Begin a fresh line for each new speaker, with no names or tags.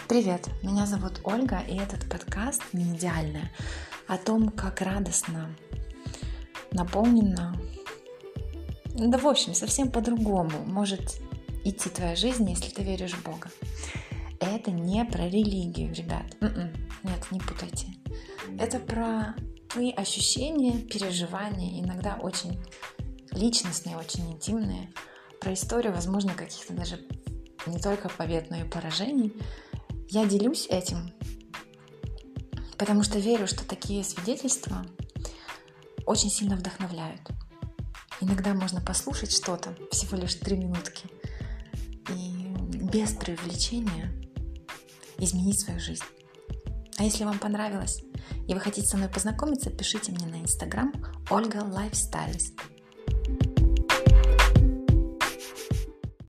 Привет, меня зовут Ольга, и этот подкаст «Не идеальная» о том, как радостно, наполненно, в общем, совсем по-другому может идти твоя жизнь, если ты веришь в Бога. Это не про религию, ребят. Нет, не путайте. Это про твои ощущения, переживания, иногда очень личностные, очень интимные, про историю, возможно, каких-то даже не только побед, но и поражений. Я делюсь этим, потому что верю, что такие свидетельства очень сильно вдохновляют. Иногда можно послушать что-то, всего лишь 3 минутки, и без преувеличения изменить свою жизнь. А если вам понравилось, и вы хотите со мной познакомиться, пишите мне на Instagram Ольга Lifestylist.